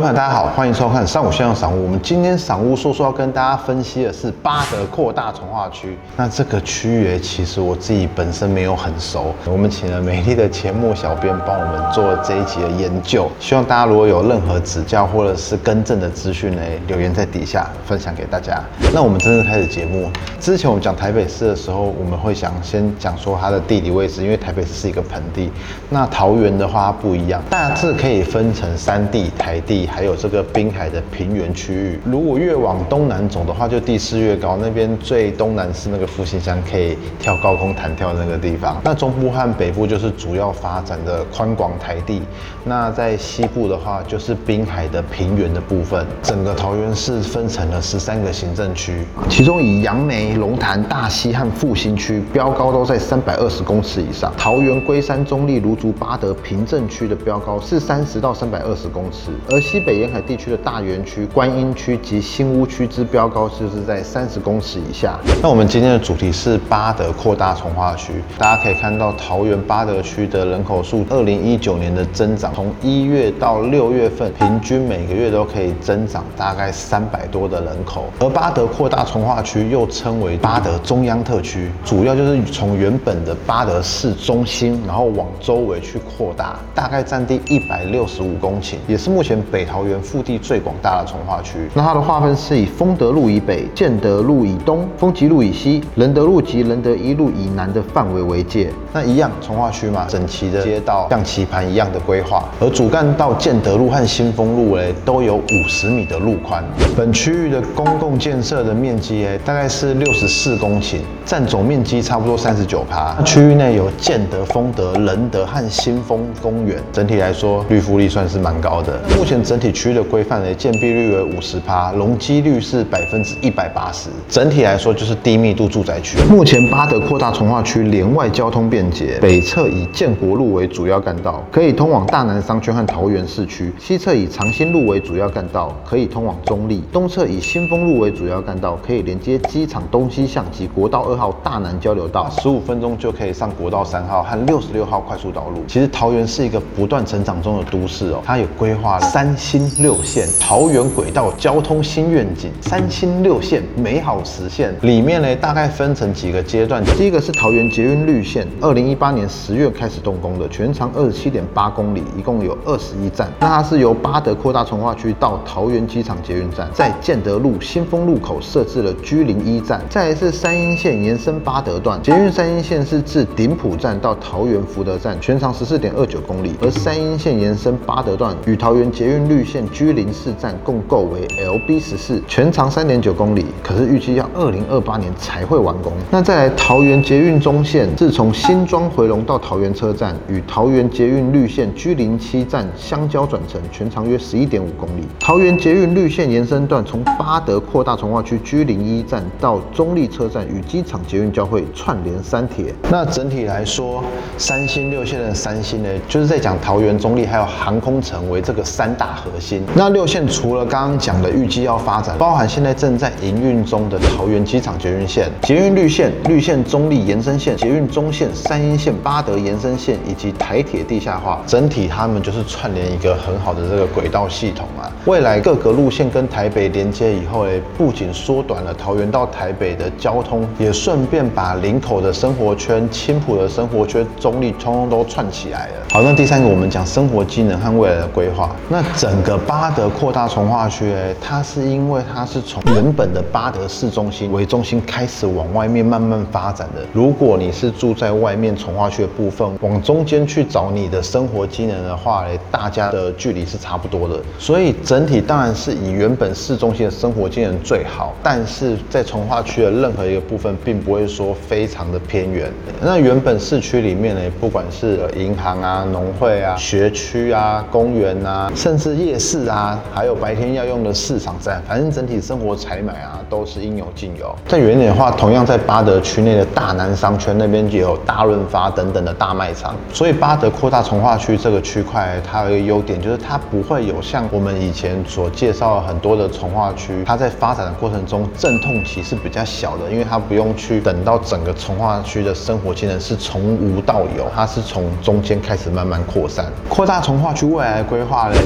朋友，大家好，欢迎收看上午先用赏屋。我们今天赏屋说要跟大家分析的是八德扩大重划区。那这个区域其实我自己本身没有很熟，我们请了美丽的节目小编帮我们做这一集的研究。希望大家如果有任何指教或者是更正的资讯留言在底下分享给大家。那我们真正开始节目之前，我们讲台北市的时候，我们会先讲说它的地理位置，因为台北市是一个盆地。那桃园的话它不一样，大致可以分成山地、台地，还有这个滨海的平原区域。如果越往东南走的话，就地势越高，那边最东南是那个复兴乡，可以跳高空弹跳的那个地方。那中部和北部就是主要发展的宽广台地。那在西部的话，就是滨海的平原的部分。整个桃园市分成了13个行政区，其中以杨梅、龙潭、大溪和复兴区标高都在320公尺以上。桃园、龟山、中立、芦竹、八德、平镇区的标高是30到320公尺，而西北沿海地区的大园区、观音区及新屋区之标高就是在30公尺以下。那我们今天的主题是八德扩大重划区，大家可以看到桃园八德区的人口数2019年的增长，从1月到6月份，平均每个月都可以增长大概300多的人口。而八德扩大重划区又称为八德中央特区，主要就是从原本的八德市中心，然后往周围去扩大，大概占地165公顷，也是目前北桃园腹地最广大的重划区。那它的划分是以丰德路以北、建德路以东、丰吉路以西、仁德路及仁德一路以南的范围为界。那一样重划区嘛，整齐的街道像棋盘一样的规划，而主干道建德路和新丰路都有50米的路宽。本区域的公共建设的面积大概是64公顷，占总面积差不多39%。区域内有建德、丰德、仁德和新丰公园，整体来说绿覆率算是蛮高的。目前整体区域的规范建蔽率为50%，容积率是180%。整体来说就是低密度住宅区。目前八德扩大重划区连外交通便捷，北侧以建国路为主要干道，可以通往大南商圈和桃园市区；西侧以长兴路为主要干道，可以通往中立；东侧以新丰路为主要干道，可以连接机场东西向及国道2号大南交流道，15分钟就可以上国道3号和66号快速道路。其实桃园是一个不断成长中的都市它有规划3新6线桃园轨道交通新愿景，3新6线美好实现。里面大概分成几个阶段。第一个是桃园捷运绿线，2018年10月开始动工的，全长27.8公里，一共有21站。那它是由八德扩大重划区到桃园机场捷运站，在建德路新丰路口设置了G01站。再来是三鶯线延伸八德段，捷运三鶯线是自顶埔站到桃园福德站，全长14.29公里，而三鶯线延伸八德段与桃园捷运绿线G04站共构为 LB14，全长3.9公里，可是预计要2028年才会完工。那再来桃园捷运中线是从新庄回龙到桃园车站，与桃园捷运绿线G07站相交转乘，全长约11.5公里。桃园捷运绿线延伸段从八德扩大重划区G01站到中立车站，与机场捷运交汇，串联三铁。那整体来说，3新6线的3新就是在讲桃园、中立还有航空城为这个3大核心。那6线除了刚刚讲的预计要发展，包含现在正在营运中的桃园机场捷运线、捷运绿线、绿线中立延伸线、捷运中线、三鶯线、八德延伸线以及台铁地下化，整体他们就是串联一个很好的这个轨道系统未来各个路线跟台北连接以后不仅缩短了桃园到台北的交通，也顺便把林口的生活圈、青埔的生活圈、中立通通都串起来了。好，那第三个我们讲生活机能和未来的规划。那整个八德扩大重划区它是因为它是从原本的八德市中心为中心开始往外面慢慢发展的。如果你是住在外面重划区的部分，往中间去找你的生活机能的话大家的距离是差不多的。所以整体当然是以原本市中心的生活机能最好，但是在重划区的任何一个部分并不会说非常的偏远。那原本市区里面不管是银行农会学区公园甚至夜市还有白天要用的市场站，反正整体生活采买都是应有尽有。再远一点的话，同样在八德区内的大南商圈那边也有大润发等等的大卖场。所以八德扩大重划区这个区块，它有一个优点，就是它不会有像我们以前所介绍很多的重划区，它在发展的过程中阵痛期是比较小的，因为它不用去等到整个重划区的生活机能是从无到有，它是从中间开始慢慢扩散。扩大重划区未来的规划在整体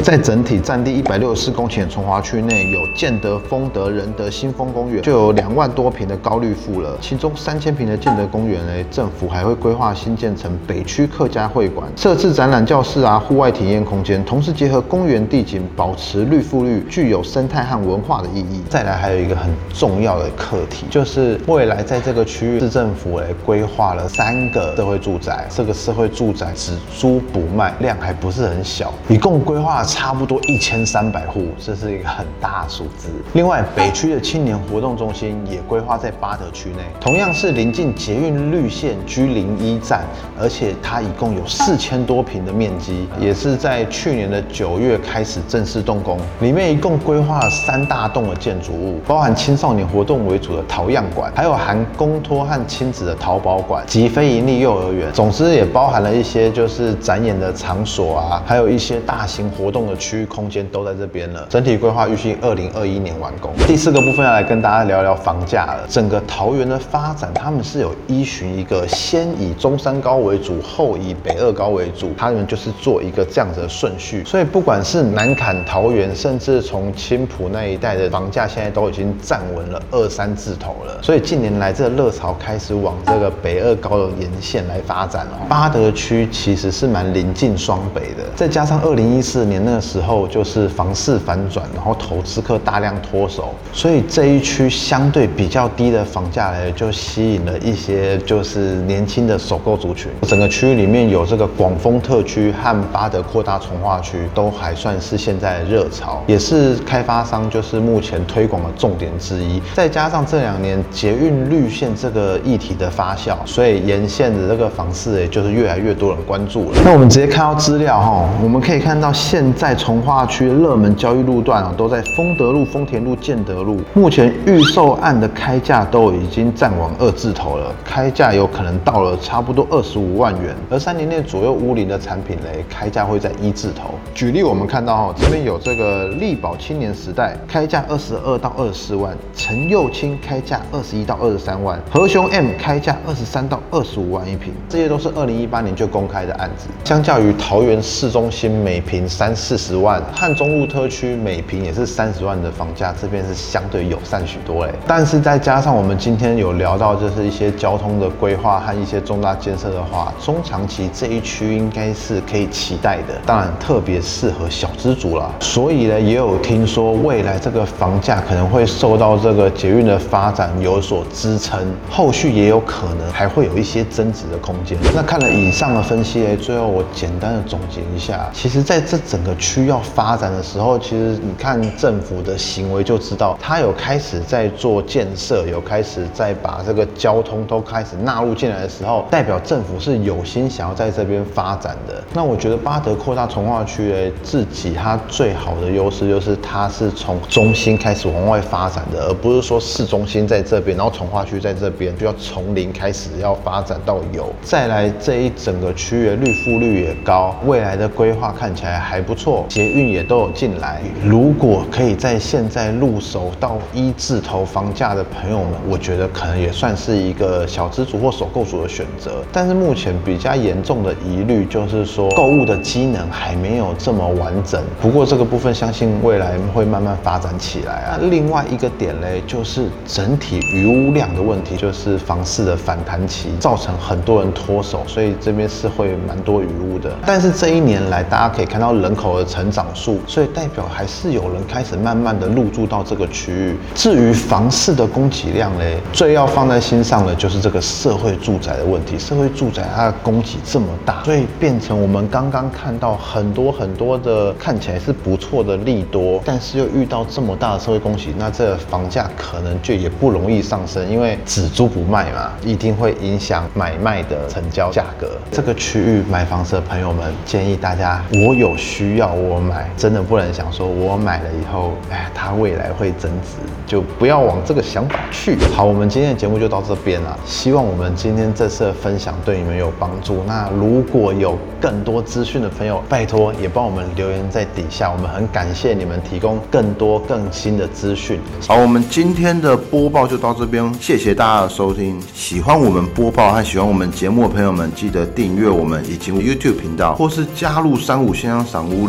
体占地164公顷的从化区内，有建德、丰德、仁德、新丰公园，就有2万多坪的高绿覆了。其中3000坪的建德公园呢，政府还会规划新建成北区客家会馆，设置展览教室啊、户外体验空间，同时结合公园地景，保持绿覆率，具有生态和文化的意义。再来还有一个很重要的课题，就是未来在这个区域，市政府规划了3个社会住宅，这个社会住宅只租不卖，量还不是很小，一共规划了差不多1300户，这是一个很大的数字。另外，北区的青年活动中心也规划在八德区内，同样是临近捷运绿线G01站，而且它一共有4000多坪的面积，也是在去年的9月开始正式动工。里面一共规划了3大栋的建筑物，包含青少年活动为主的陶样馆，还有含公托和亲子的淘宝馆及非营利幼儿园。总之也包含了一些就是展演的场所啊，还有一些大型活动的区域空间都在这边了。整体规划预计2021年完工。第4个部分要来跟大家聊聊房价了。整个桃园的发展，他们是有依循一个先以中山高为主，后以北二高为主，他们就是做一个这样子的顺序。所以不管是南崁、桃园，甚至从青埔那一带的房价，现在都已经站稳了2、3字头了。所以近年来这个热潮开始往这个北二高的沿线来发展了。八德区其实是蛮临近双北的，再加上2014年那个时候就是房市反转，然后投资客大量脱手，所以这一区相对比较低的房价呢，就吸引了一些就是年轻的首购族群。整个区域里面有这个广丰特区和八德扩大重划区，都还算是现在的热潮，也是开发商就是目前推广的重点之一。再加上这2年捷运绿线这个议题的发酵，所以沿线的这个房市就是越来越多人关注了。那我们直接看到资料我们可以看到现在重划区的热门交易路段都在丰德路、丰田路、建德路，目前预售案的开价都已经站稳2字头了，开价有可能到了差不多25万元，而3年内左右屋龄的产品开价会在1字头。举例我们看到这边有这个力宝青年时代，开价22到24万，陈幼卿开价21到23万，和雄 M 开价23到25万一坪，这些都是2018年就公开的案子。相较于桃园市中心每坪30、40万，汉中路特区每坪也是30万的房价，这边是相对友善许多但是再加上我们今天有聊到就是一些交通的规划和一些重大建设的话，中长期这一区应该是可以期待的，当然特别适合小资族啦。所以呢，也有听说未来这个房价可能会受到这个捷运的发展有所支撑，后续也有可能还会有一些增值的空间。那看了以上的分析最后我简单的总结一下，其实在这整个区要发展的时候，其实你看政府的行为就知道，他有开始在做建设，有开始在把这个交通都开始纳入进来的时候，代表政府是有心想要在这边发展的。那我觉得八德扩大重划区自己它最好的优势就是它是从中心开始往外发展的，而不是说市中心在这边，然后重划区在这边就要从零开始要发展到有。再来这一整个区域的绿覆率也高，未来的规划看起来还不错，捷运也都有进来。如果可以在现在入手到1字头房价的朋友们，我觉得可能也算是一个小资族或首购族的选择。但是目前比较严重的疑虑就是说，购物的机能还没有这么完整。不过这个部分相信未来会慢慢发展起来啊。另外一个点就是整体余屋量的问题，就是房市的反弹期造成很多人脱手，所以这边是会蛮多余屋的。但是这1年来，大家可以看到人口的成长数，所以代表还是有人开始慢慢的入住到这个区域。至于房市的供给量最要放在心上的就是这个社会住宅的问题。社会住宅它的供给这么大，所以变成我们刚刚看到很多的看起来是不错的利多，但是又遇到这么大的社会供给，那这个房价可能就也不容易上升，因为只租不卖嘛，一定会影响买卖的成交价格。这个区域买房子的朋友们，建议大家，我有需要我买，真的不能想说我买了以后，它未来会增值，就不要往这个想法去。好，我们今天的节目就到这边了，希望我们今天这次的分享对你们有帮助。那如果有更多资讯的朋友，拜托也帮我们留言在底下，我们很感谢你们提供更多更新的资讯。 好，我们今天的播报就到这边，谢谢大家的收听。喜欢我们播报和喜欢我们节目的朋友们，记得订阅我们以及 YouTube 频道，或是加入35线上赏屋脸书的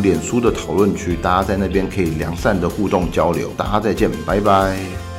讨论区，大家在那边可以良善的互动交流。大家再见，拜拜。